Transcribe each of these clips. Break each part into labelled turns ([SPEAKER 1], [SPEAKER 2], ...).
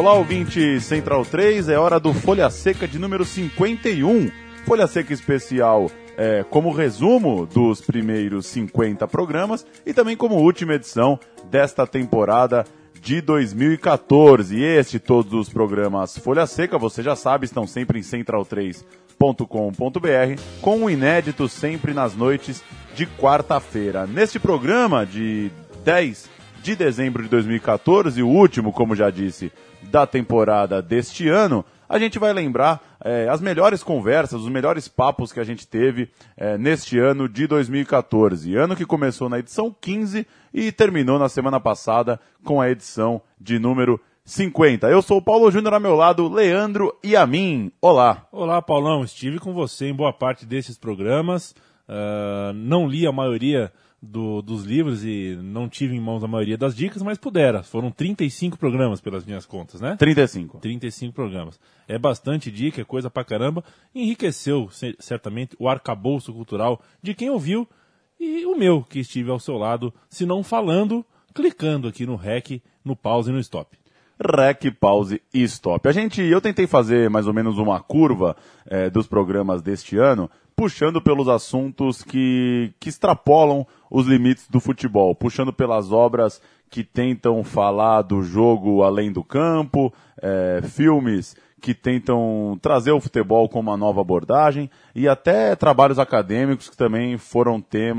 [SPEAKER 1] Olá, ouvinte Central 3, é hora do Folha Seca de número 51. Folha Seca especial como resumo dos primeiros 50 programas e também como última edição desta temporada de 2014. E este e todos os programas Folha Seca, você já sabe, estão sempre em central3.com.br, com o inédito sempre nas noites de quarta-feira. Neste programa de 10 de dezembro de 2014, o último, como já disse, da temporada deste ano, a gente vai lembrar as melhores conversas, os melhores papos que a gente teve neste ano de 2014. Ano que começou na edição 15 e terminou na semana passada com a edição de número 50. Eu sou o Paulo Júnior, ao meu lado, Leandro e a mim. Olá.
[SPEAKER 2] Olá, Paulão. Estive com você em boa parte desses programas. Não li a maioria dos livros e não tive em mãos a maioria das dicas, mas pudera. Foram 35 programas pelas minhas contas, né?
[SPEAKER 1] 35
[SPEAKER 2] programas. É bastante dica, é coisa pra caramba. Enriqueceu, certamente, o arcabouço cultural de quem ouviu e o meu, que estive ao seu lado, se não falando, clicando aqui no REC, no pause e no stop.
[SPEAKER 1] REC, pause e stop. Eu tentei fazer mais ou menos uma curva dos programas deste ano, puxando pelos assuntos que extrapolam os limites do futebol, puxando pelas obras que tentam falar do jogo além do campo, filmes que tentam trazer o futebol com uma nova abordagem e até trabalhos acadêmicos que também foram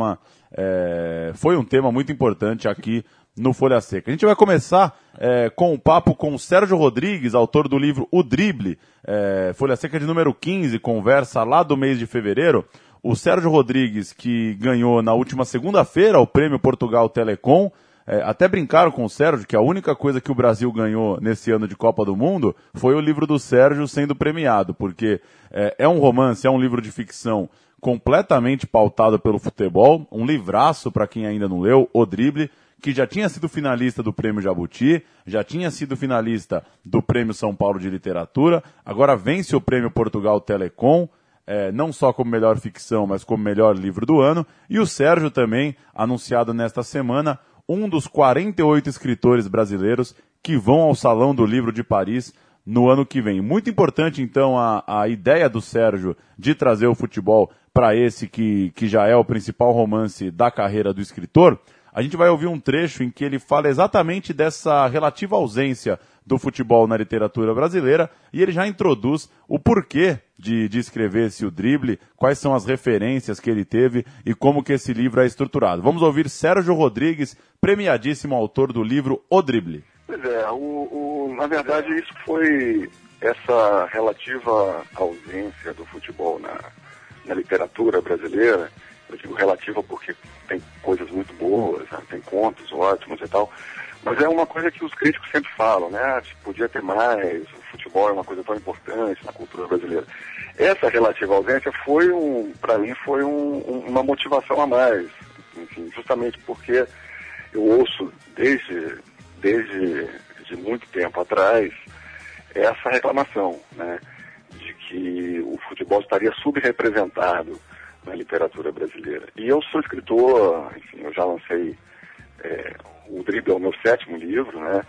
[SPEAKER 1] foi um tema muito importante aqui no Folha Seca. A gente vai começar com um papo com o Sérgio Rodrigues, autor do livro O Drible, Folha Seca de número 15, conversa lá do mês de fevereiro. O Sérgio Rodrigues, que ganhou na última segunda-feira o Prêmio Portugal Telecom, até brincaram com o Sérgio que a única coisa que o Brasil ganhou nesse ano de Copa do Mundo foi o livro do Sérgio sendo premiado, porque é um romance, é um livro de ficção completamente pautado pelo futebol, um livraço para quem ainda não leu, O Drible, que já tinha sido finalista do Prêmio Jabuti, já tinha sido finalista do Prêmio São Paulo de Literatura, agora vence o Prêmio Portugal Telecom, não só como melhor ficção, mas como melhor livro do ano, e o Sérgio também, anunciado nesta semana, um dos 48 escritores brasileiros que vão ao Salão do Livro de Paris no ano que vem. Muito importante, então, a ideia do Sérgio de trazer o futebol para esse que já é o principal romance da carreira do escritor. A gente vai ouvir um trecho em que ele fala exatamente dessa relativa ausência do futebol na literatura brasileira e ele já introduz o porquê de escrever esse O Drible, quais são as referências que ele teve e como que esse livro é estruturado. Vamos ouvir Sérgio Rodrigues, premiadíssimo autor do livro O Drible.
[SPEAKER 3] Pois é, na verdade isso foi essa relativa ausência do futebol na literatura brasileira. Eu digo relativa porque tem coisas muito boas, né? Tem contos ótimos e tal, mas é uma coisa que os críticos sempre falam, né? Podia ter mais, o futebol é uma coisa tão importante na cultura brasileira. Essa relativa ausência para mim foi uma motivação a mais, enfim, justamente porque eu ouço desde muito tempo atrás essa reclamação, né? De que o futebol estaria subrepresentado na literatura brasileira. E eu sou escritor, enfim, eu já lancei O Drible é o meu 7º livro, né?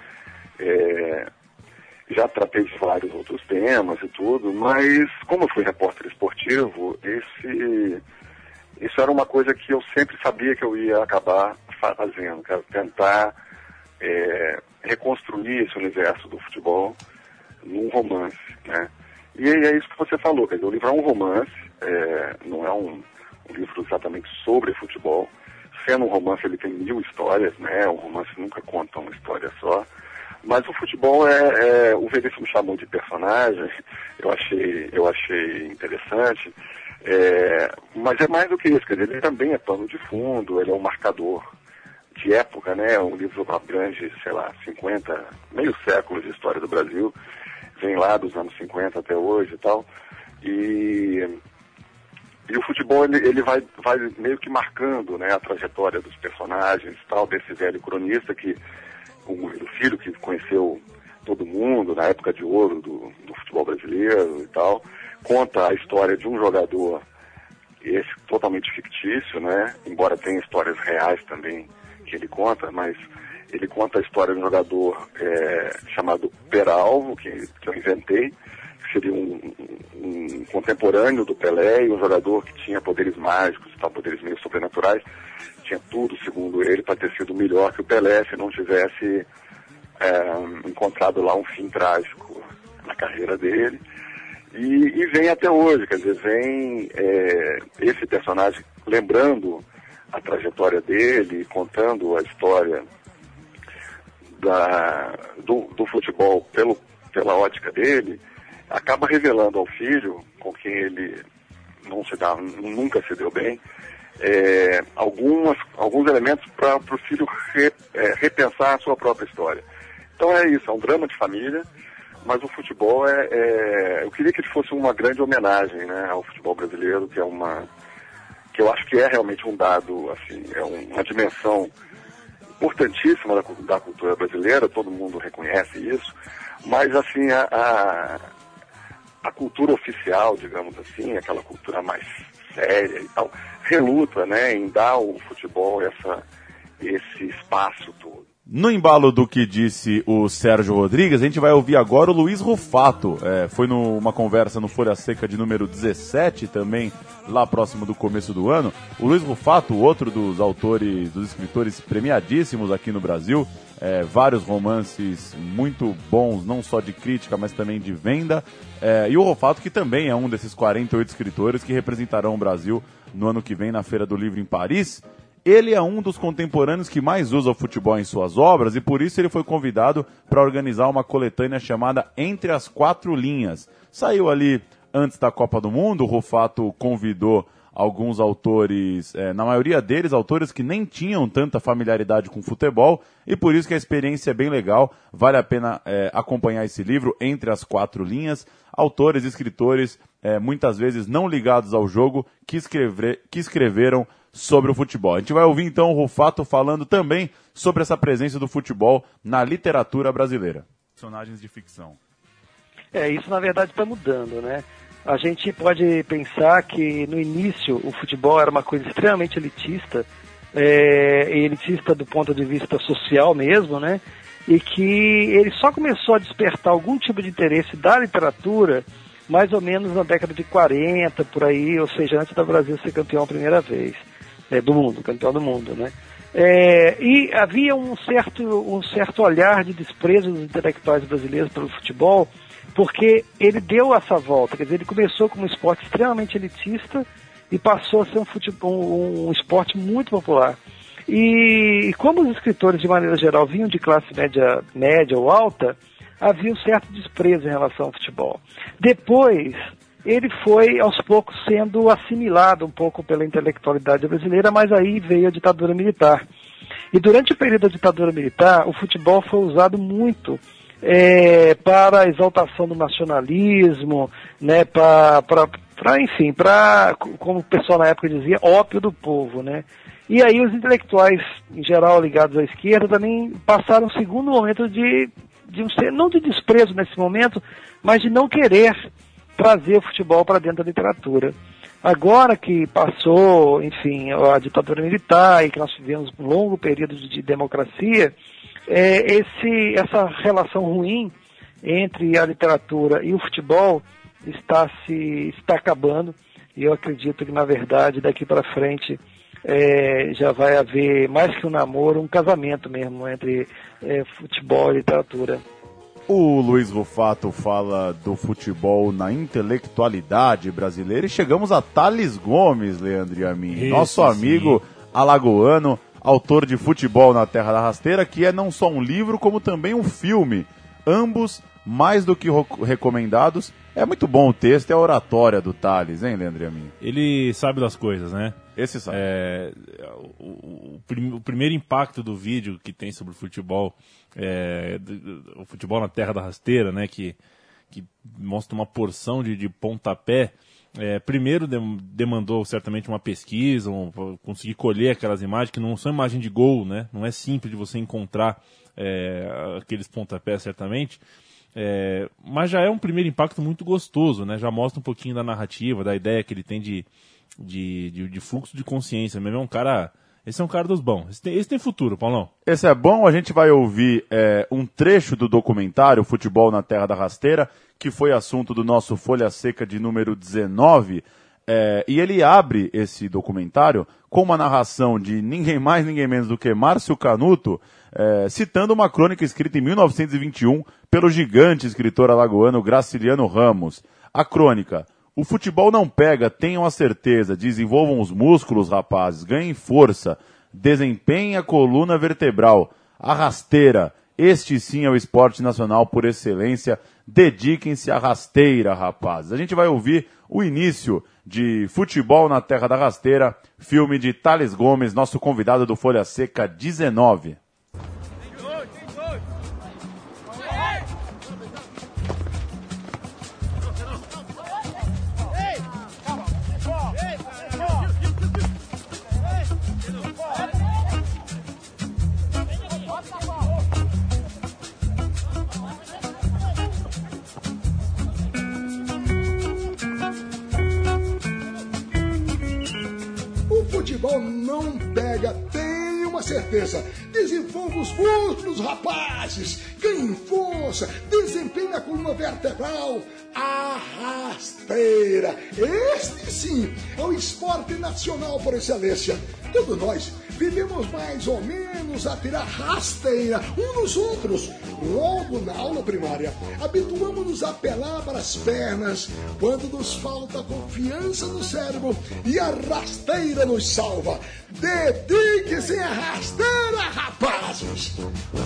[SPEAKER 3] Já tratei de vários outros temas e tudo, mas como eu fui repórter esportivo, isso era uma coisa que eu sempre sabia que eu ia acabar fazendo, que era tentar reconstruir esse universo do futebol num romance, né? E é isso que você falou, quer dizer, o livro é um romance, não é um livro exatamente sobre futebol. Sendo um romance, ele tem 1000 histórias, né? Um romance nunca conta uma história só. Mas o futebol o Veríssimo chamou de personagem, eu achei interessante, mas é mais do que isso, quer dizer, ele também é pano de fundo, ele é um marcador de época, né? Um livro abrange, sei lá, meio século de história do Brasil, vem lá dos anos 50 até hoje e tal, e o futebol ele vai meio que marcando, né, a trajetória dos personagens e tal, desse velho cronista que o filho que conheceu todo mundo na época de ouro do futebol brasileiro e tal, conta a história de um jogador, esse totalmente fictício, né, embora tenha histórias reais também que ele conta, mas Ele conta a história de um jogador chamado Peralvo, que eu inventei, que seria um contemporâneo do Pelé, e um jogador que tinha poderes mágicos, poderes meio sobrenaturais. Tinha tudo, segundo ele, para ter sido melhor que o Pelé se não tivesse encontrado lá um fim trágico na carreira dele. E vem até hoje, quer dizer, vem esse personagem lembrando a trajetória dele, contando a história do futebol pela ótica dele, acaba revelando ao filho, com quem ele nunca se deu bem, alguns elementos para o filho repensar a sua própria história. Então é isso, é um drama de família, mas o futebol eu queria que ele fosse uma grande homenagem, né, ao futebol brasileiro, que eu acho que é realmente um dado, assim, é uma dimensão importantíssima da cultura brasileira, todo mundo reconhece isso, mas assim, a cultura oficial, digamos assim, aquela cultura mais séria e tal, reluta, né, em dar ao futebol esse espaço todo.
[SPEAKER 1] No embalo do que disse o Sérgio Rodrigues, a gente vai ouvir agora o Luiz Rufato. Foi numa conversa no Folha Seca de número 17, também lá próximo do começo do ano. O Luiz Rufato, outro dos autores, dos escritores premiadíssimos aqui no Brasil, vários romances muito bons, não só de crítica, mas também de venda. E o Rufato, que também é um desses 48 escritores que representarão o Brasil no ano que vem na Feira do Livro em Paris. Ele é um dos contemporâneos que mais usa o futebol em suas obras e por isso ele foi convidado para organizar uma coletânea chamada Entre as Quatro Linhas. Saiu ali antes da Copa do Mundo, o Rufato convidou alguns autores, na maioria deles, autores que nem tinham tanta familiaridade com futebol, e por isso que a experiência é bem legal, vale a pena acompanhar esse livro, Entre as Quatro Linhas, autores, escritores, muitas vezes não ligados ao jogo, que escreveram sobre o futebol. A gente vai ouvir então o Rufato falando também sobre essa presença do futebol na literatura brasileira. Personagens de ficção.
[SPEAKER 4] Isso na verdade está mudando, né? A gente pode pensar que no início o futebol era uma coisa extremamente elitista, elitista do ponto de vista social mesmo, né? E que ele só começou a despertar algum tipo de interesse da literatura mais ou menos na década de 40, por aí, ou seja, antes do Brasil ser campeão a primeira vez. Campeão do mundo, né? E havia um certo olhar de desprezo dos intelectuais brasileiros pelo futebol, porque ele deu essa volta, quer dizer, ele começou como um esporte extremamente elitista e passou a ser um esporte muito popular. E como os escritores, de maneira geral, vinham de classe média ou alta, havia um certo desprezo em relação ao futebol. Depois, ele foi, aos poucos, sendo assimilado um pouco pela intelectualidade brasileira, mas aí veio a ditadura militar. E durante o período da ditadura militar, o futebol foi usado muito para a exaltação do nacionalismo, né, enfim, como o pessoal na época dizia, ópio do povo, né? E aí os intelectuais, em geral, ligados à esquerda, também passaram um segundo momento não de desprezo nesse momento, mas de não querer trazer o futebol para dentro da literatura. Agora que passou, enfim, a ditadura militar e que nós vivemos um longo período de democracia, essa relação ruim entre a literatura e o futebol está acabando, e eu acredito que, na verdade, daqui para frente já vai haver, mais que um namoro, um casamento mesmo entre futebol e literatura.
[SPEAKER 1] O Luiz Rufato fala do futebol na intelectualidade brasileira e chegamos a Thales Gomes, Leandro e a mim, nosso amigo alagoano, autor de Futebol na Terra da Rasteira, que é não só um livro, como também um filme. Ambos mais do que recomendados. É muito bom o texto e a oratória do Thales, hein, Leandro e a mim?
[SPEAKER 2] Ele sabe das coisas, né?
[SPEAKER 1] Esse sabe.
[SPEAKER 2] O primeiro impacto do vídeo que tem sobre o futebol, o futebol na Terra da Rasteira, né, que mostra uma porção de pontapé, primeiro demandou certamente uma pesquisa, conseguir colher aquelas imagens, que não são imagens de gol, né? Não é simples de você encontrar aqueles pontapés, certamente. Mas já é um primeiro impacto muito gostoso, né? Já mostra um pouquinho da narrativa, da ideia que ele tem de fluxo de consciência. Mesmo é um cara Esse é um cara dos bons. Esse tem futuro, Paulão.
[SPEAKER 1] Esse é bom, a gente vai ouvir um trecho do documentário Futebol na Terra da Rasteira, que foi assunto do nosso Folha Seca de número 19, e ele abre esse documentário com uma narração de ninguém mais, ninguém menos do que Márcio Canuto, citando uma crônica escrita em 1921 pelo gigante escritor alagoano Graciliano Ramos. A crônica: o futebol não pega, tenham a certeza, desenvolvam os músculos, rapazes, ganhem força, desempenhem a coluna vertebral, a rasteira, este sim é o esporte nacional por excelência, dediquem-se à rasteira, rapazes. A gente vai ouvir o início de Futebol na Terra da Rasteira, filme de Thales Gomes, nosso convidado do Folha Seca 19.
[SPEAKER 5] Futebol não pega, tenho uma certeza. Desenvolva os músculos, rapazes. Ganhem força, desempenhe a coluna vertebral. A rasteira. Este sim é o esporte nacional por excelência. Todos nós vivemos mais ou menos a tirar rasteira uns nos outros. Logo na aula primária, habituamos-nos a apelar para as pernas quando nos falta confiança no cérebro e a rasteira nos salva. Dedique-se à rasteira, rapazes!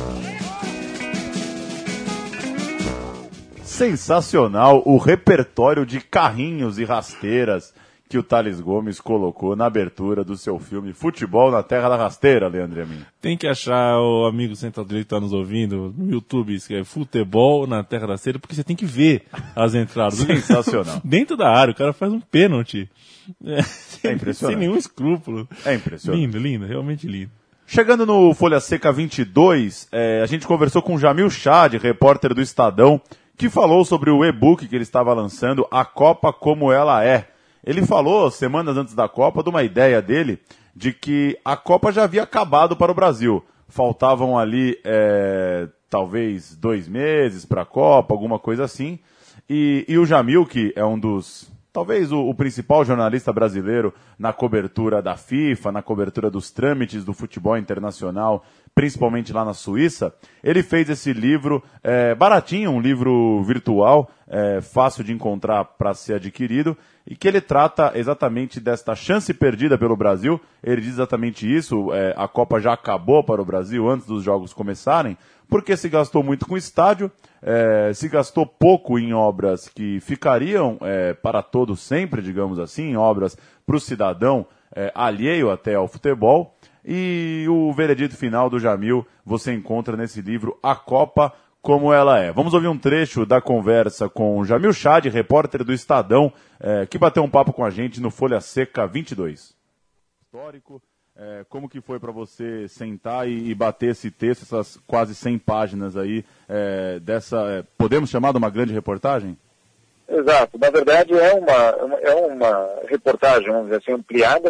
[SPEAKER 1] Sensacional o repertório de carrinhos e rasteiras que o Thales Gomes colocou na abertura do seu filme Futebol na Terra da Rasteira, Leandro Amin.
[SPEAKER 2] Tem que achar o amigo central direito que está nos ouvindo no YouTube, escreve Futebol na Terra da Rasteira, porque você tem que ver as entradas.
[SPEAKER 1] Sensacional.
[SPEAKER 2] Dentro da área, o cara faz um pênalti.
[SPEAKER 1] É impressionante.
[SPEAKER 2] Sem nenhum escrúpulo.
[SPEAKER 1] É impressionante.
[SPEAKER 2] Lindo, lindo, realmente lindo.
[SPEAKER 1] Chegando no Folha Seca 22, a gente conversou com Jamil Chad, repórter do Estadão, que falou sobre o e-book que ele estava lançando, A Copa Como Ela É. Ele falou, semanas antes da Copa, de uma ideia dele de que a Copa já havia acabado para o Brasil. Faltavam ali, talvez, 2 meses para a Copa, alguma coisa assim. E o Jamil, que é um dos, talvez o principal jornalista brasileiro na cobertura da FIFA, na cobertura dos trâmites do futebol internacional, principalmente lá na Suíça, ele fez esse livro baratinho, um livro virtual, fácil de encontrar para ser adquirido, e que ele trata exatamente desta chance perdida pelo Brasil. Ele diz exatamente isso, a Copa já acabou para o Brasil antes dos jogos começarem, porque se gastou muito com estádio, se gastou pouco em obras que ficariam para todos sempre, digamos assim, obras para o cidadão alheio até ao futebol. E o veredito final do Jamil você encontra nesse livro A Copa Como Ela É. Vamos ouvir um trecho da conversa com Jamil Chad, repórter do Estadão, que bateu um papo com a gente no Folha Seca 22. Histórico, como que foi para você sentar e bater esse texto, essas quase 100 páginas aí, podemos chamar de uma grande reportagem?
[SPEAKER 6] Exato. Na verdade, é uma reportagem, vamos dizer assim, ampliada,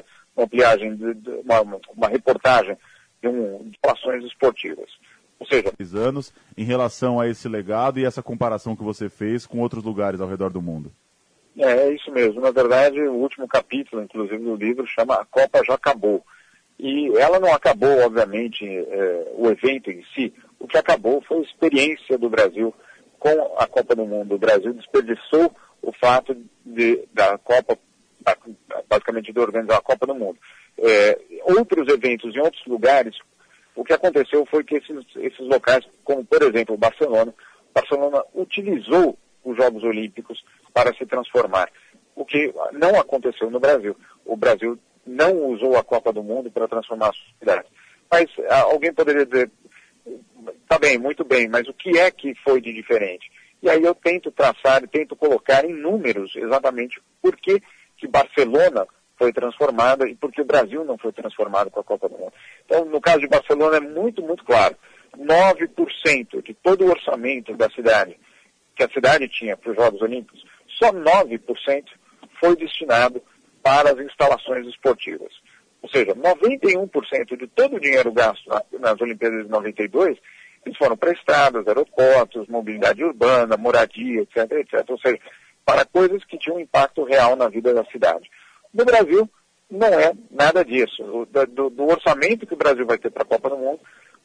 [SPEAKER 6] uma reportagem de ações esportivas. Ou seja,
[SPEAKER 1] anos em relação a esse legado e essa comparação que você fez com outros lugares ao redor do mundo.
[SPEAKER 6] É isso mesmo. Na verdade, o último capítulo, inclusive, do livro chama A Copa Já Acabou. E ela não acabou, obviamente, o evento em si. O que acabou foi a experiência do Brasil com a Copa do Mundo. O Brasil desperdiçou o fato da Copa, basicamente de organizar a Copa do Mundo. Outros eventos em outros lugares, o que aconteceu foi que esses locais, como por exemplo o Barcelona utilizou os Jogos Olímpicos para se transformar, o que não aconteceu no Brasil. O Brasil não usou a Copa do Mundo para transformar a sociedade. Mas alguém poderia dizer, tá bem, muito bem, mas o que é que foi de diferente? E aí eu tento traçar e tento colocar em números exatamente por que Barcelona foi transformada e por que o Brasil não foi transformado com a Copa do Mundo. Então, no caso de Barcelona é muito, muito claro. 9% de todo o orçamento da cidade, que a cidade tinha para os Jogos Olímpicos, só 9% foi destinado para as instalações esportivas. Ou seja, 91% de todo o dinheiro gasto nas Olimpíadas de 92, eles foram para estradas, aeroportos, mobilidade urbana, moradia, etc, etc. Ou seja, para coisas que tinham um impacto real na vida da cidade. No Brasil, não é nada disso. Do orçamento que o Brasil vai ter para a Copa do Mundo,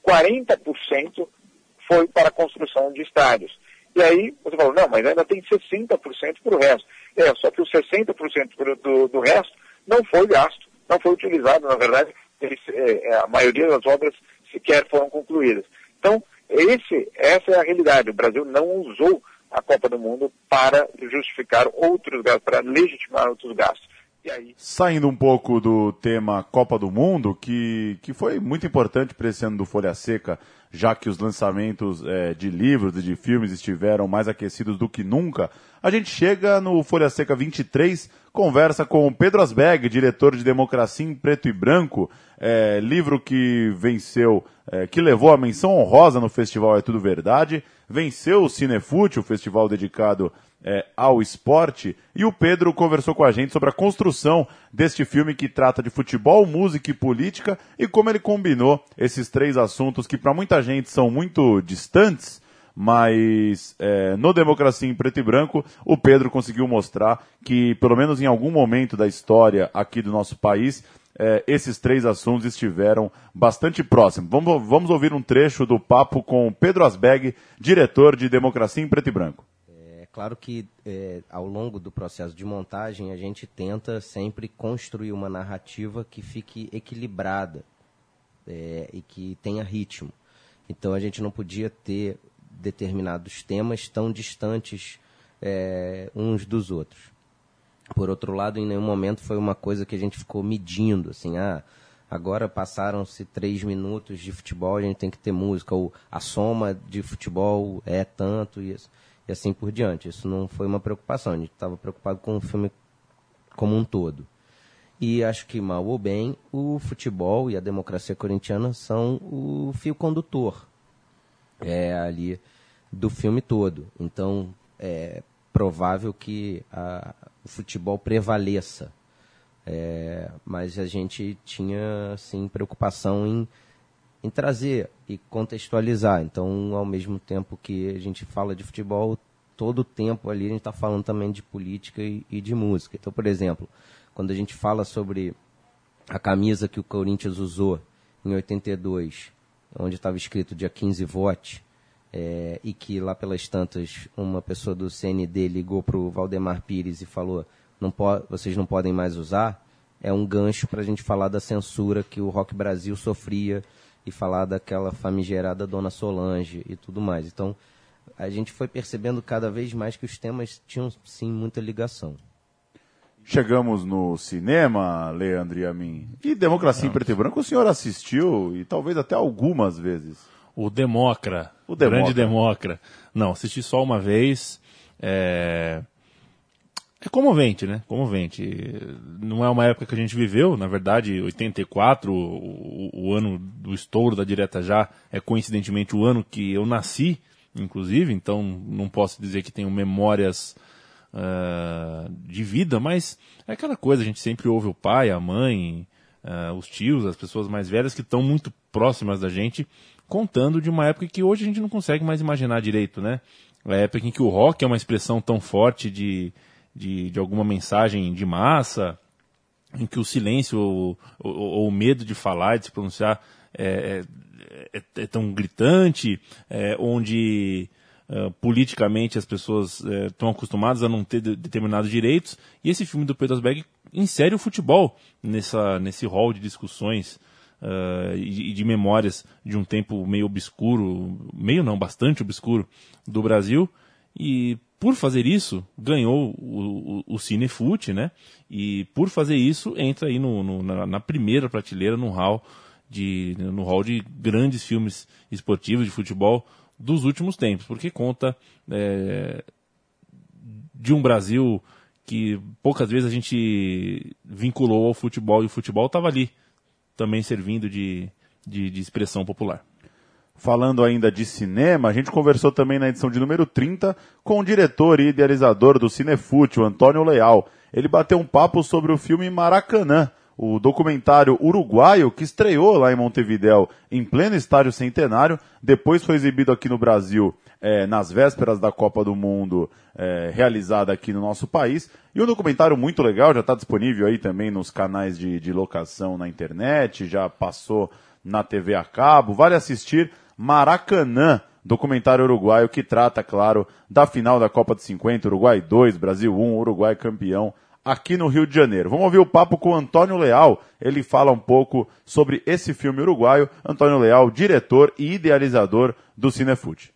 [SPEAKER 6] 40% foi para a construção de estádios. E aí, você falou, não, mas ainda tem 60% para o resto. Só que os 60% do resto não foi gasto, não foi utilizado, na verdade, a maioria das obras sequer foram concluídas. Então, essa é a realidade. O Brasil não usou a Copa do Mundo para justificar outros gastos, para legitimar outros gastos. E aí...
[SPEAKER 1] Saindo um pouco do tema Copa do Mundo, que foi muito importante para esse ano do Folha Seca, já que os lançamentos de livros e de filmes estiveram mais aquecidos do que nunca, a gente chega no Folha Seca 23, conversa com o Pedro Asbeg, diretor de Democracia em Preto e Branco, livro que venceu, que levou a menção honrosa no Festival É Tudo Verdade, venceu o Cinefute, o festival dedicado ao esporte, e o Pedro conversou com a gente sobre a construção deste filme que trata de futebol, música e política, e como ele combinou esses três assuntos que para muita gente são muito distantes, mas no Democracia em Preto e Branco, o Pedro conseguiu mostrar que, pelo menos em algum momento da história aqui do nosso país, esses três assuntos estiveram bastante próximos. Vamos ouvir um trecho do papo com Pedro Asbeg, diretor de Democracia em Preto e Branco.
[SPEAKER 7] É claro que ao longo do processo de montagem a gente tenta sempre construir uma narrativa que fique equilibrada e que tenha ritmo. Então a gente não podia ter determinados temas tão distantes uns dos outros. Por outro lado, em nenhum momento foi uma coisa que a gente ficou medindo, assim, agora passaram-se 3 minutos de futebol, a gente tem que ter música, ou a soma de futebol é tanto, e assim por diante. Isso não foi uma preocupação, a gente estava preocupado com o filme como um todo. E acho que, mal ou bem, o futebol e a democracia corintiana são o fio condutor ali do filme todo. Então, é provável que o futebol prevaleça. Mas a gente tinha, assim, preocupação em trazer e contextualizar. Então, ao mesmo tempo que a gente fala de futebol, todo o tempo ali a gente está falando também de política e de música. Então, por exemplo, quando a gente fala sobre a camisa que o Corinthians usou em 82, onde estava escrito dia 15 vote, e que lá pelas tantas uma pessoa do CND ligou para o Valdemar Pires e falou, vocês não podem mais usar, é um gancho para a gente falar da censura que o Rock Brasil sofria e falar daquela famigerada Dona Solange e tudo mais. Então, a gente foi percebendo cada vez mais que os temas tinham, sim, muita ligação.
[SPEAKER 1] Chegamos no cinema, Leandro e a mim. E Democracia em Preto e Branco o senhor assistiu, e talvez até algumas vezes.
[SPEAKER 2] O Demócrata. Grande Demócrata. Não, assisti só uma vez. É comovente, né? Comovente. Não é uma época que a gente viveu, na verdade, 84, o ano do estouro da Direta Já, é coincidentemente o ano que eu nasci, inclusive, então não posso dizer que tenho memórias de vida, mas é aquela coisa, a gente sempre ouve o pai, a mãe, os tios, as pessoas mais velhas que estão muito próximas da gente, contando de uma época que hoje a gente não consegue mais imaginar direito, né? A época em que o rock é uma expressão tão forte de alguma mensagem de massa, em que o silêncio ou o medo de falar, de se pronunciar é tão gritante, onde politicamente as pessoas estão acostumadas a não ter determinados direitos, e esse filme do Pedro Asbeg insere o futebol nesse rol de discussões e de memórias de um tempo meio obscuro, meio não, bastante obscuro, do Brasil, e por fazer isso, ganhou o Cinefute, né? E por fazer isso, entra aí na primeira prateleira no hall de grandes filmes esportivos de futebol dos últimos tempos, porque conta de um Brasil que poucas vezes a gente vinculou ao futebol, e o futebol estava ali, também servindo de expressão popular.
[SPEAKER 1] Falando ainda de cinema, a gente conversou também na edição de número 30 com o diretor e idealizador do Cinefute, o Antônio Leal. Ele bateu um papo sobre o filme Maracanã, o documentário uruguaio que estreou lá em Montevidéu em pleno estádio Centenário, depois foi exibido aqui no Brasil nas vésperas da Copa do Mundo realizada aqui no nosso país, e um documentário muito legal, já está disponível aí também nos canais de locação na internet, já passou na TV a cabo, vale assistir Maracanã, documentário uruguaio que trata, claro, da final da Copa de 50, Uruguai 2, Brasil 1, Uruguai campeão, aqui no Rio de Janeiro. Vamos ouvir o papo com o Antônio Leal, ele fala um pouco sobre esse filme uruguaio. Antônio Leal, diretor e idealizador do Cinefute.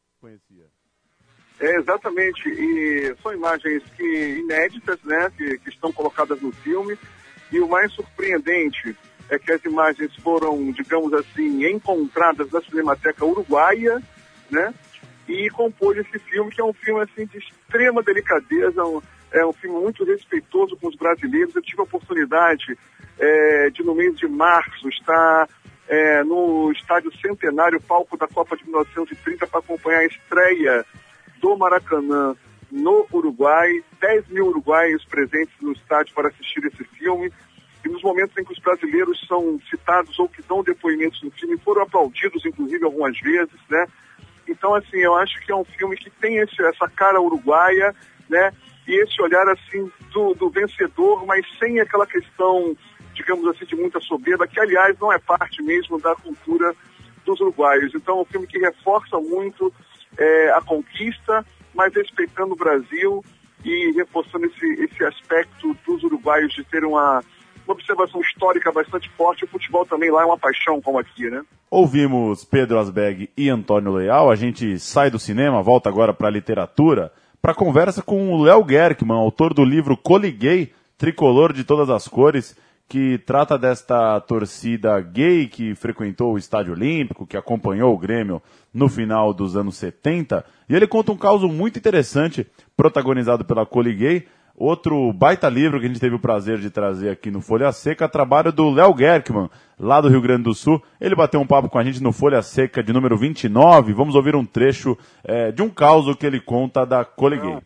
[SPEAKER 3] Exatamente, e são imagens inéditas, né, que estão colocadas no filme, e o mais surpreendente é que as imagens foram, digamos assim, encontradas na Cinemateca Uruguaia, né, e compôs esse filme, que é um filme assim, de extrema delicadeza, é um filme muito respeitoso com os brasileiros. Eu tive a oportunidade de, no mês de março, estar no Estádio Centenário, palco da Copa de 1930, para acompanhar a estreia do Maracanã no Uruguai, 10 mil uruguaios presentes no estádio para assistir esse filme, e nos momentos em que os brasileiros são citados ou que dão depoimentos no filme, foram aplaudidos, inclusive, algumas vezes, né? Então, assim, eu acho que é um filme que tem essa cara uruguaia, né? E esse olhar, assim, do vencedor, mas sem aquela questão, digamos assim, de muita soberba, que, aliás, não é parte mesmo da cultura dos uruguaios. Então, é um filme que reforça muito a conquista, mas respeitando o Brasil e reforçando esse aspecto dos uruguaios de ter uma observação histórica bastante forte. O futebol também lá é uma paixão, como aqui, né?
[SPEAKER 1] Ouvimos Pedro Asbeg e Antônio Leal. A gente sai do cinema, volta agora para a literatura, para conversa com o Léo Gerkman, autor do livro Coliguei, Tricolor de Todas as Cores, que trata desta torcida gay que frequentou o Estádio Olímpico, que acompanhou o Grêmio no final dos anos 70. E ele conta um caso muito interessante, protagonizado pela Coliguei, outro baita livro que a gente teve o prazer de trazer aqui no Folha Seca, trabalho do Léo Gerkman, lá do Rio Grande do Sul. Ele bateu um papo com a gente no Folha Seca de número 29. Vamos ouvir um trecho de um caso que ele conta da Coliguei.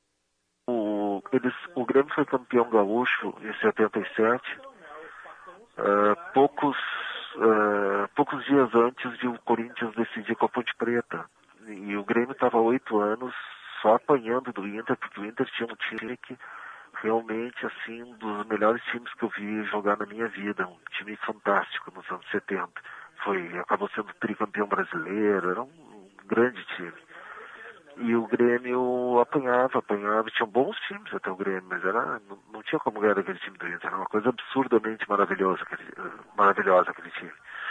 [SPEAKER 8] O Grêmio foi campeão gaúcho em 77, poucos dias antes de o Corinthians decidir com a Ponte Preta. E o Grêmio estava há 8 anos só apanhando do Inter, porque o Inter tinha um time que realmente, assim, um dos melhores times que eu vi jogar na minha vida, um time fantástico nos anos 70. Acabou sendo tricampeão brasileiro, era um grande time. E o Grêmio apanhava, tinha bons times até o Grêmio, mas não tinha como ganhar aquele time do Inter, era uma coisa absurdamente maravilhosa aquele time.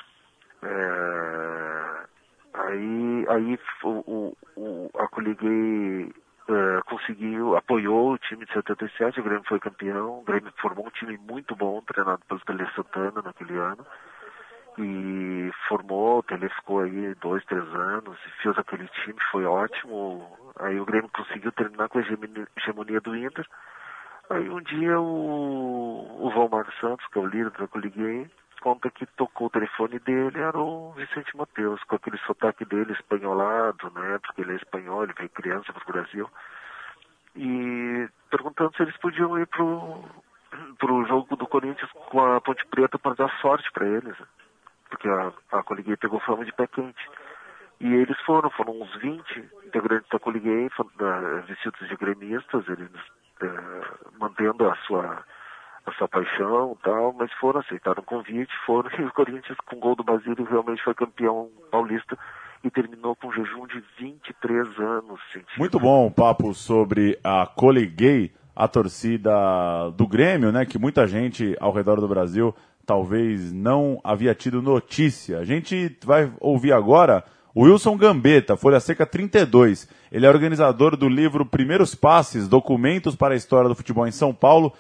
[SPEAKER 8] Aí a Coliguei apoiou o time de 77, o Grêmio foi campeão, o Grêmio formou um time muito bom, treinado pelo Tele Santana naquele ano, e o Tele ficou aí 2, 3 anos, e fez aquele time, foi ótimo. Aí o Grêmio conseguiu terminar com a hegemonia do Inter. Aí um dia o Valmar Santos, que é o líder da Coliguei, conta que tocou o telefone dele, era o Vicente Mateus, com aquele sotaque dele espanholado, né, porque ele é espanhol, ele veio criança para o Brasil, e perguntando se eles podiam ir pro jogo do Corinthians com a Ponte Preta para dar sorte para eles, porque a Coliguei pegou fama de pé quente. E eles foram uns 20 integrantes da Coliguei, vestidos de gremistas, eles mantendo a sua paixão e tal, mas aceitaram o convite, e o Corinthians, com o gol do Basílio, realmente foi campeão paulista e terminou com um jejum de 23 anos.
[SPEAKER 1] Muito bom o papo sobre a Coliguei, a torcida do Grêmio, né, que muita gente ao redor do Brasil talvez não havia tido notícia. A gente vai ouvir agora o Wilson Gambetta, Folha Seca 32. Ele é organizador do livro Primeiros Passes, Documentos para a História do Futebol em São Paulo,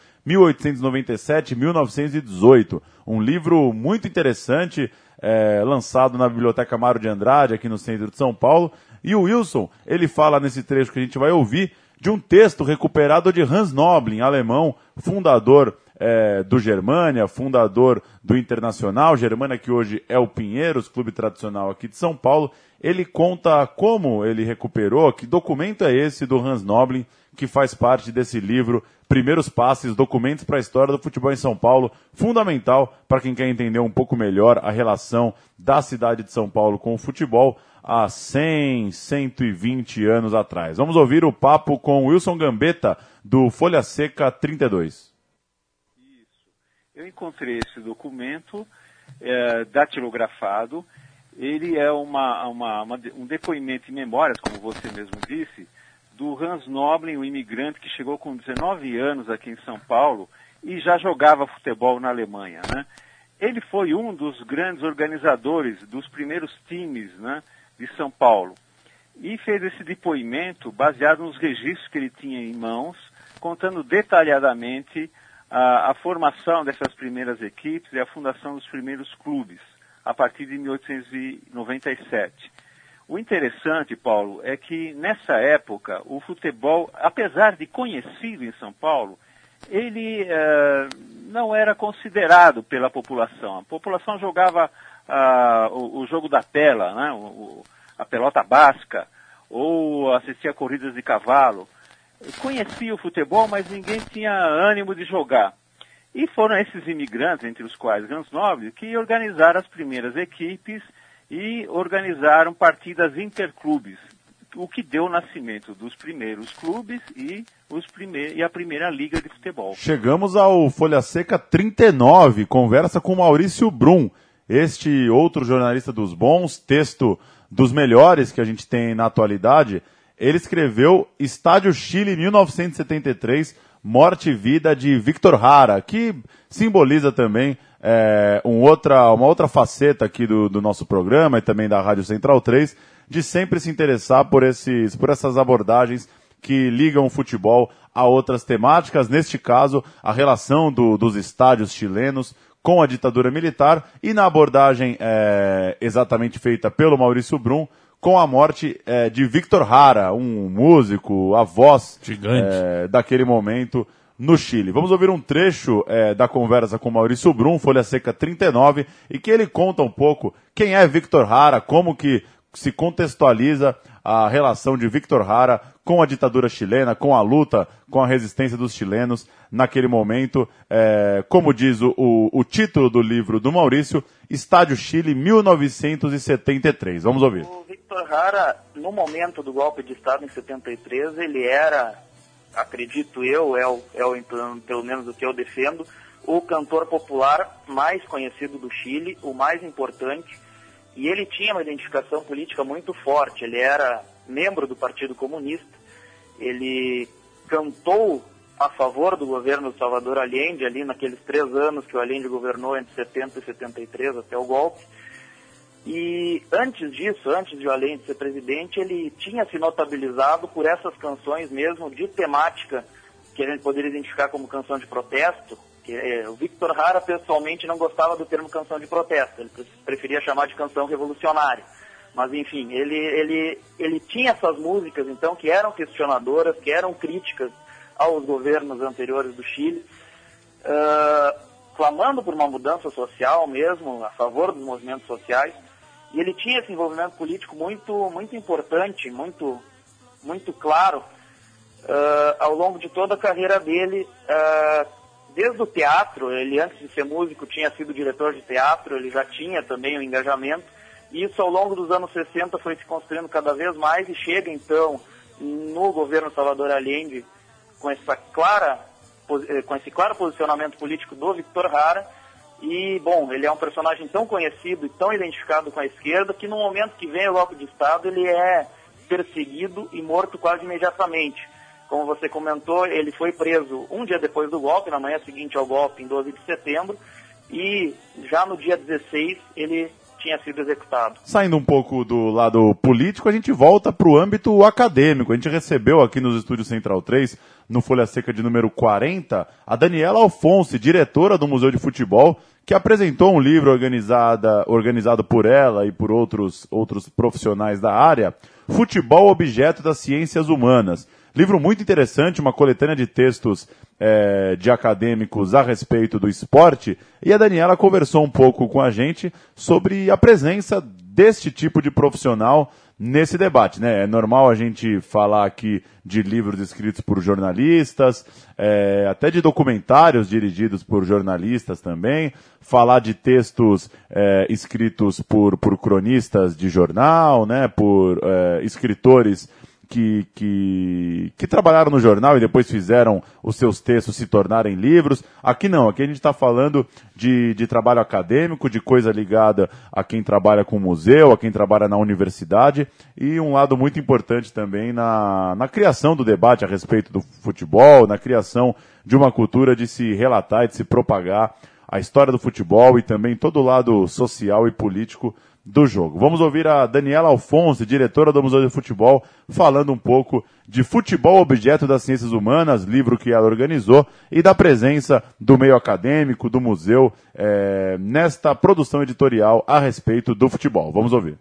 [SPEAKER 1] 1897-1918. Um livro muito interessante, lançado na Biblioteca Mário de Andrade, aqui no centro de São Paulo. E o Wilson, ele fala nesse trecho que a gente vai ouvir, de um texto recuperado de Hans Noblin, alemão, fundador do Germânia, fundador do Internacional, Germânia que hoje é o Pinheiros, clube tradicional aqui de São Paulo. Ele conta como ele recuperou, que documento é esse do Hans Noblin, que faz parte desse livro, Primeiros Passes, Documentos para a História do Futebol em São Paulo, fundamental para quem quer entender um pouco melhor a relação da cidade de São Paulo com o futebol há 100, 120 anos atrás. Vamos ouvir o papo com Wilson Gambetta, do Folha Seca 32.
[SPEAKER 9] Eu encontrei esse documento datilografado. Ele é um depoimento em memórias, como você mesmo disse, do Hans Noblin, um imigrante que chegou com 19 anos aqui em São Paulo e já jogava futebol na Alemanha, né? Ele foi um dos grandes organizadores dos primeiros times, né, de São Paulo. E fez esse depoimento baseado nos registros que ele tinha em mãos, contando detalhadamente a formação dessas primeiras equipes e a fundação dos primeiros clubes, a partir de 1897. O interessante, Paulo, é que nessa época o futebol, apesar de conhecido em São Paulo, ele não era considerado pela população. A população jogava o jogo da tela, né, a pelota basca, ou assistia corridas de cavalo. Conhecia o futebol, mas ninguém tinha ânimo de jogar. E foram esses imigrantes, entre os quais Hans Noblin, que organizaram as primeiras equipes e organizaram partidas interclubes, o que deu o nascimento dos primeiros clubes e a primeira liga de futebol.
[SPEAKER 1] Chegamos ao Folha Seca 39, conversa com Maurício Brum, este outro jornalista dos bons, texto dos melhores que a gente tem na atualidade. Ele escreveu Estádio Chile 1973, Morte e Vida de Victor Jara, que simboliza também uma outra faceta aqui do nosso programa e também da Rádio Central 3, de sempre se interessar por essas abordagens que ligam o futebol a outras temáticas, neste caso, a relação dos estádios chilenos com a ditadura militar e na abordagem exatamente feita pelo Maurício Brum, com a morte de Victor Jara, um músico, a voz daquele momento no Chile. Vamos ouvir um trecho da conversa com Maurício Brum, Folha Seca 39, e que ele conta um pouco quem é Victor Jara, como que se contextualiza a relação de Victor Jara com a ditadura chilena, com a luta, com a resistência dos chilenos naquele momento. Como diz o título do livro do Maurício, Estádio Chile 1973. Vamos ouvir.
[SPEAKER 10] O Victor Jara, no momento do golpe de Estado em 73, ele era, acredito eu, pelo menos o que eu defendo, o cantor popular mais conhecido do Chile, o mais importante, e ele tinha uma identificação política muito forte. Ele era membro do Partido Comunista, ele cantou a favor do governo do Salvador Allende, ali naqueles 3 anos que o Allende governou, entre 70 e 73, até o golpe. E antes disso, antes de o Allende ser presidente, ele tinha se notabilizado por essas canções mesmo de temática, que a gente poderia identificar como canção de protesto. O Victor Jara, pessoalmente, não gostava do termo canção de protesto, ele preferia chamar de canção revolucionária. Mas, enfim, ele tinha essas músicas, então, que eram questionadoras, que eram críticas aos governos anteriores do Chile, clamando por uma mudança social mesmo, a favor dos movimentos sociais. E ele tinha esse envolvimento político muito importante, muito claro, ao longo de toda a carreira dele. Desde o teatro, ele antes de ser músico tinha sido diretor de teatro, ele já tinha também um engajamento, e isso ao longo dos anos 60 foi se construindo cada vez mais e chega então no governo Salvador Allende com esse claro posicionamento político do Victor Jara. E, bom, ele é um personagem tão conhecido e tão identificado com a esquerda que no momento que vem o golpe de Estado ele é perseguido e morto quase imediatamente. Como você comentou, ele foi preso um dia depois do golpe, na manhã seguinte ao golpe, em 12 de setembro, e já no dia 16 ele tinha sido executado.
[SPEAKER 1] Saindo um pouco do lado político, a gente volta para o âmbito acadêmico. A gente recebeu aqui nos estúdios Central 3, no Folha Seca de número 40, a Alfonso, diretora do Museu de Futebol, que apresentou um livro organizado por ela e por outros profissionais da área, Futebol, Objeto das Ciências Humanas. Livro muito interessante, uma coletânea de textos de acadêmicos a respeito do esporte, e a Daniela conversou um pouco com a gente sobre a presença deste tipo de profissional nesse debate, né? É normal a gente falar aqui de livros escritos por jornalistas, até de documentários dirigidos por jornalistas também, falar de textos escritos por cronistas de jornal, né? Por escritores que trabalharam no jornal e depois fizeram os seus textos se tornarem livros. Aqui não, aqui a gente está falando de trabalho acadêmico, de coisa ligada a quem trabalha com museu, a quem trabalha na universidade, e um lado muito importante também na criação do debate a respeito do futebol, na criação de uma cultura de se relatar e de se propagar a história do futebol e também todo o lado social e político do jogo. Vamos ouvir a Daniela Alfonso, diretora do Museu de Futebol, falando um pouco de Futebol Objeto das Ciências Humanas, livro que ela organizou, e da presença do meio acadêmico, do museu, nesta produção editorial a respeito do futebol. Vamos ouvir.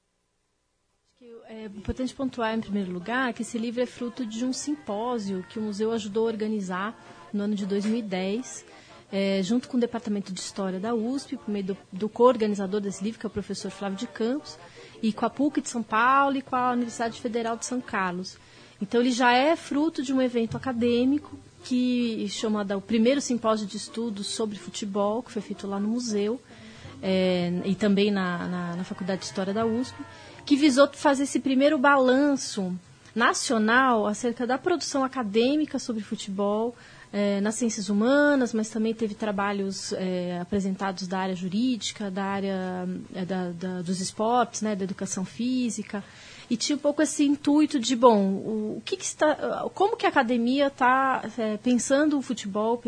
[SPEAKER 11] É importante pontuar, em primeiro lugar, que esse livro é fruto de um simpósio que o museu ajudou a organizar no ano de 2010, junto com o Departamento de História da USP, por meio do co-organizador desse livro, que é o professor Flávio de Campos, e com a PUC de São Paulo e com a Universidade Federal de São Carlos. Então, ele já é fruto de um evento acadêmico que chama o primeiro simpósio de estudos sobre futebol, que foi feito lá no museu, e também na Faculdade de História da USP, que visou fazer esse primeiro balanço nacional acerca da produção acadêmica sobre futebol, nas ciências humanas, mas também teve trabalhos apresentados da área jurídica, da área dos esportes, né, da educação física, e tinha um pouco esse intuito de, como que a academia está pensando o futebol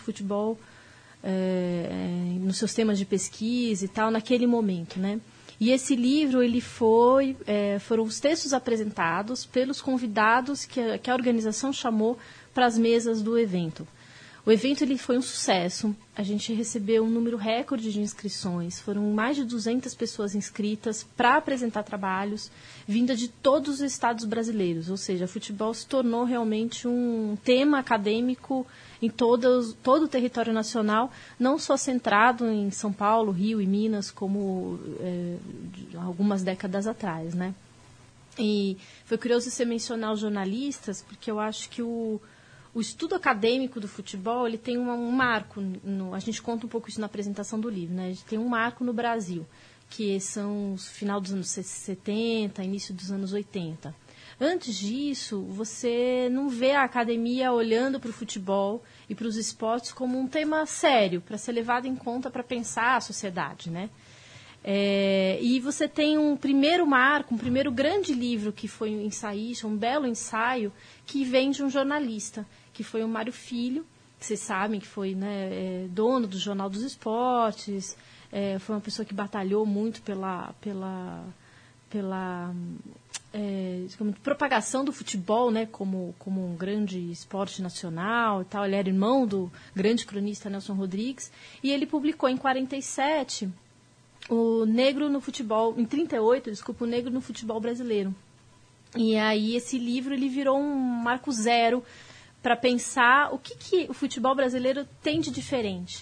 [SPEAKER 11] nos seus temas de pesquisa e tal, naquele momento, né? E esse livro, foram os textos apresentados pelos convidados que a organização chamou para as mesas do evento. O evento foi um sucesso, a gente recebeu um número recorde de inscrições, foram mais de 200 pessoas inscritas para apresentar trabalhos, vinda de todos os estados brasileiros, ou seja, o futebol se tornou realmente um tema acadêmico em todo o território nacional, não só centrado em São Paulo, Rio e Minas, como algumas décadas atrás, né? E foi curioso você mencionar os jornalistas, porque eu acho que o estudo acadêmico do futebol, ele tem um marco, a gente conta um pouco isso na apresentação do livro, né? A gente tem um marco no Brasil, que são o final dos anos 70, início dos anos 80. Antes disso, você não vê a academia olhando para o futebol e para os esportes como um tema sério, para ser levado em conta para pensar a sociedade, né? E você tem um primeiro marco, um primeiro grande livro que foi um ensaísta, um belo ensaio, que vem de um jornalista, que foi o Mário Filho, que vocês sabem que foi, né, dono do Jornal dos Esportes, foi uma pessoa que batalhou muito pela propagação do futebol, né, como um grande esporte nacional e tal. Ele era irmão do grande cronista Nelson Rodrigues, e ele publicou em 47 o Negro no Futebol, em 38, o Negro no Futebol Brasileiro. E aí esse livro ele virou um marco zero para pensar o que o futebol brasileiro tem de diferente.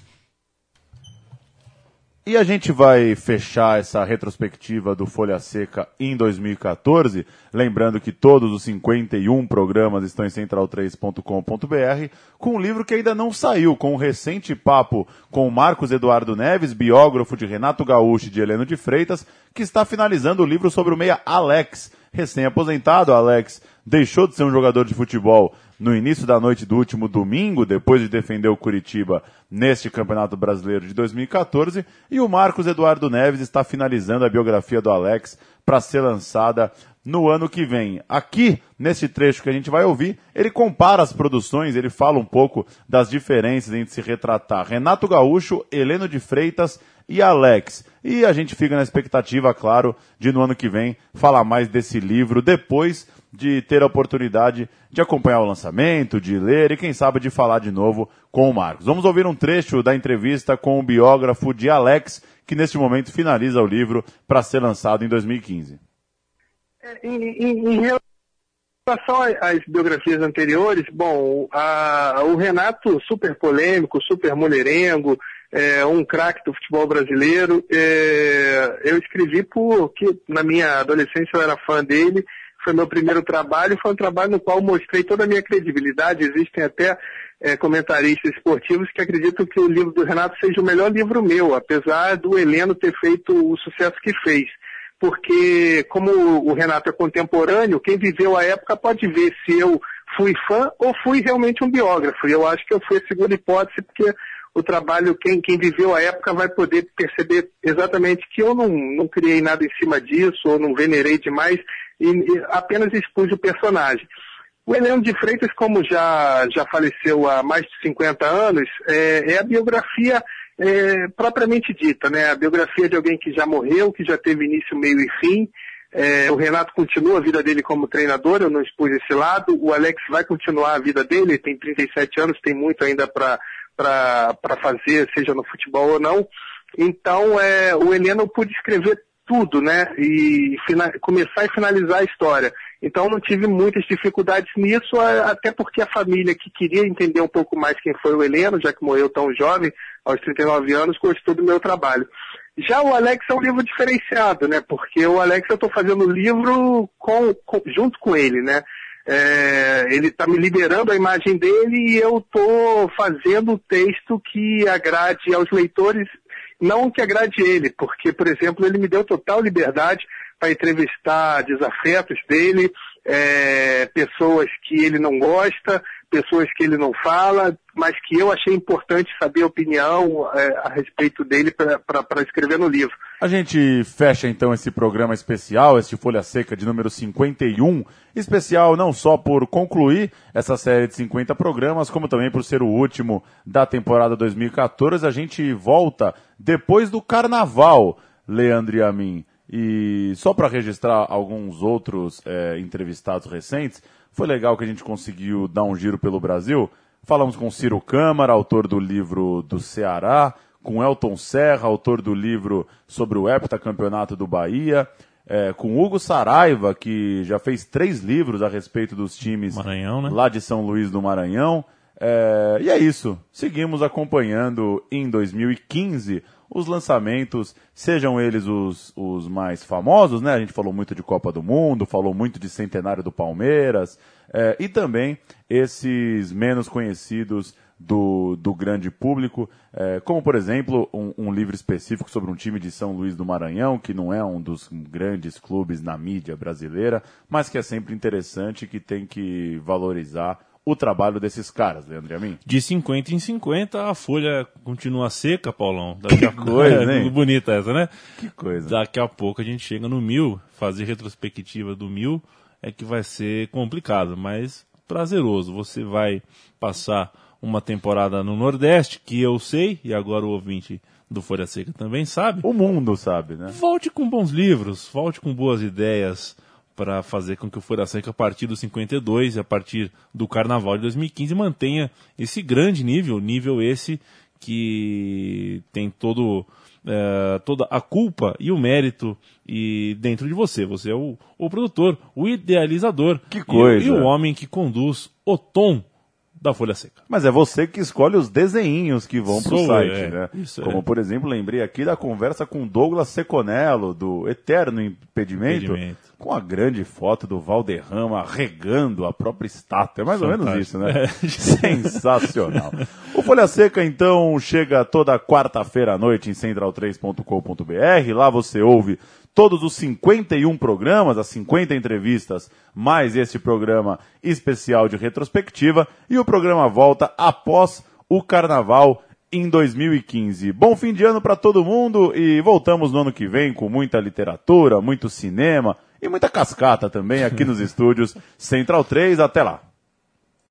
[SPEAKER 1] E a gente vai fechar essa retrospectiva do Folha Seca em 2014, lembrando que todos os 51 programas estão em central3.com.br, com um livro que ainda não saiu, com um recente papo com o Marcos Eduardo Neves, biógrafo de Renato Gaúcho e de Heleno de Freitas, que está finalizando o livro sobre o meia Alex, recém-aposentado. Alex deixou de ser um jogador de futebol no início da noite do último domingo, depois de defender o Curitiba neste Campeonato Brasileiro de 2014, e o Marcos Eduardo Neves está finalizando a biografia do Alex para ser lançada no ano que vem. Aqui, nesse trecho que a gente vai ouvir, ele compara as produções, ele fala um pouco das diferenças entre se retratar Renato Gaúcho, Heleno de Freitas e Alex. E a gente fica na expectativa, claro, de no ano que vem falar mais desse livro, depois de ter a oportunidade de acompanhar o lançamento, de ler e, quem sabe, de falar de novo com o Marcos. Vamos ouvir um trecho da entrevista com o biógrafo de Alex, que neste momento finaliza o livro para ser lançado em 2015.
[SPEAKER 12] Em relação às biografias anteriores, bom, o Renato super polêmico, super mulherengo, um craque do futebol brasileiro. Eu escrevi porque na minha adolescência eu era fã dele, foi meu primeiro trabalho, foi um trabalho no qual mostrei toda a minha credibilidade. Existem até comentaristas esportivos que acreditam que o livro do Renato seja o melhor livro meu, apesar do Heleno ter feito o sucesso que fez. Porque como o Renato é contemporâneo, quem viveu a época pode ver se eu fui fã ou fui realmente um biógrafo. E eu acho que eu fui a segunda hipótese, porque o trabalho, quem viveu a época vai poder perceber exatamente que eu não criei nada em cima disso, ou não venerei demais, e apenas expus o personagem. O Heleno de Freitas, como já faleceu há mais de 50 anos, é a biografia propriamente dita, né? A biografia de alguém que já morreu, que já teve início, meio e fim. O Renato continua a vida dele como treinador, eu não expus esse lado. O Alex vai continuar a vida dele, ele tem 37 anos, tem muito ainda para fazer, seja no futebol ou não. Então, o Heleno eu pude escrever tudo, né? E começar e finalizar a história. Então, não tive muitas dificuldades nisso, até porque a família que queria entender um pouco mais quem foi o Heleno, já que morreu tão jovem, aos 39 anos, gostou do meu trabalho. Já o Alex é um livro diferenciado, né? Porque o Alex eu estou fazendo o livro junto com ele, né? Ele está me liberando a imagem dele e eu estou fazendo o texto que agrade aos leitores, não que agrade ele, porque, por exemplo, ele me deu total liberdade para entrevistar desafetos dele, pessoas que ele não gosta, pessoas que ele não fala, mas que eu achei importante saber a opinião a respeito dele para escrever no livro.
[SPEAKER 1] A gente fecha então esse programa especial, este Folha Seca de número 51, especial não só por concluir essa série de 50 programas, como também por ser o último da temporada 2014. A gente volta depois do Carnaval, Leandro e a mim. E só para registrar alguns outros entrevistados recentes, foi legal que a gente conseguiu dar um giro pelo Brasil. Falamos com Ciro Câmara, autor do livro do Ceará, com Elton Serra, autor do livro sobre o heptacampeonato do Bahia, com Hugo Saraiva, que já fez 3 livros a respeito dos times
[SPEAKER 2] Maranhão, né?
[SPEAKER 1] Lá de São Luís do Maranhão. E é isso. Seguimos acompanhando em 2015 os lançamentos, sejam eles os mais famosos, né? A gente falou muito de Copa do Mundo, falou muito de Centenário do Palmeiras, e também esses menos conhecidos do grande público, como, por exemplo, um livro específico sobre um time de São Luís do Maranhão, que não é um dos grandes clubes na mídia brasileira, mas que é sempre interessante e que tem que valorizar o trabalho desses caras, Leandro e a mim.
[SPEAKER 2] De 50 em 50, a folha continua seca, Paulão.
[SPEAKER 1] Que coisa, hein?
[SPEAKER 2] Bonita essa, né?
[SPEAKER 1] Que coisa.
[SPEAKER 2] Daqui a pouco a gente chega no 1000, fazer retrospectiva do 1000 é que vai ser complicado, mas prazeroso. Você vai passar uma temporada no Nordeste, que eu sei, e agora o ouvinte do Folha Seca também sabe.
[SPEAKER 1] O mundo sabe, né?
[SPEAKER 2] Volte com bons livros, volte com boas ideias, para fazer com que o Folha Seca, a partir do 52 e a partir do Carnaval de 2015, mantenha esse grande nível esse que tem toda a culpa e o mérito e dentro de você. Você é o produtor, o idealizador.
[SPEAKER 1] Que coisa.
[SPEAKER 2] E o homem que conduz o tom da Folha Seca.
[SPEAKER 1] Mas é você que escolhe os desenhinhos que vão pro site, né? Como, por exemplo, lembrei aqui da conversa com Douglas Seconello, do Eterno Impedimento, com a grande foto do Valderrama regando a própria estátua. É mais ou menos isso, né? Sensacional. O Folha Seca, então, chega toda quarta-feira à noite em central3.com.br. Lá você ouve todos os 51 programas, as 50 entrevistas, mais este programa especial de retrospectiva, e o programa volta após o Carnaval em 2015. Bom fim de ano para todo mundo e voltamos no ano que vem com muita literatura, muito cinema e muita cascata também aqui nos estúdios Central 3. Até lá!